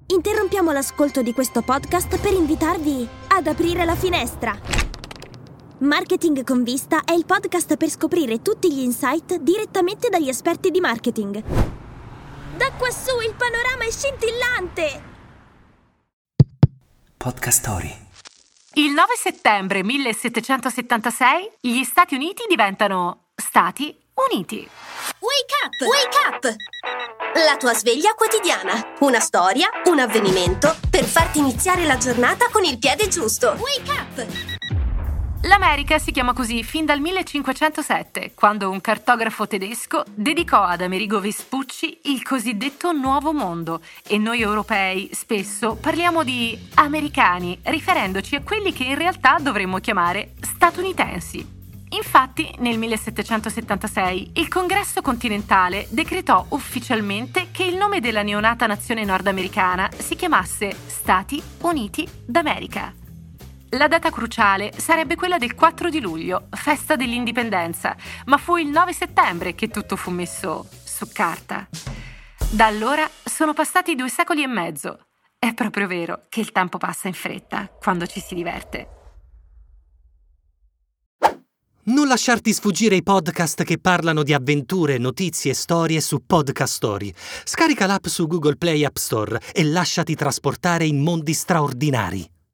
Interrompiamo l'ascolto di questo podcast per invitarvi ad aprire la finestra. Marketing con Vista è il podcast per scoprire tutti gli insight direttamente dagli esperti di marketing. Da quassù il panorama è scintillante! Podcast Story. Il 9 settembre 1776 gli Stati Uniti diventano Stati Uniti. Wake up! La tua sveglia quotidiana. Una storia, un avvenimento per farti iniziare la giornata con il piede giusto. Wake up! L'America si chiama così fin dal 1507, quando un cartografo tedesco dedicò ad Amerigo Vespucci il cosiddetto Nuovo Mondo, e noi europei spesso parliamo di americani, riferendoci a quelli che in realtà dovremmo chiamare statunitensi. Infatti, nel 1776 il Congresso continentale decretò ufficialmente che il nome della neonata nazione nordamericana si chiamasse Stati Uniti d'America. La data cruciale sarebbe quella del 4 di luglio, festa dell'indipendenza, ma fu il 9 settembre che tutto fu messo su carta. Da allora sono passati 2 secoli e mezzo. È proprio vero che il tempo passa in fretta quando ci si diverte. Non lasciarti sfuggire i podcast che parlano di avventure, notizie e storie su Podcast Story. Scarica l'app su Google Play App Store e lasciati trasportare in mondi straordinari.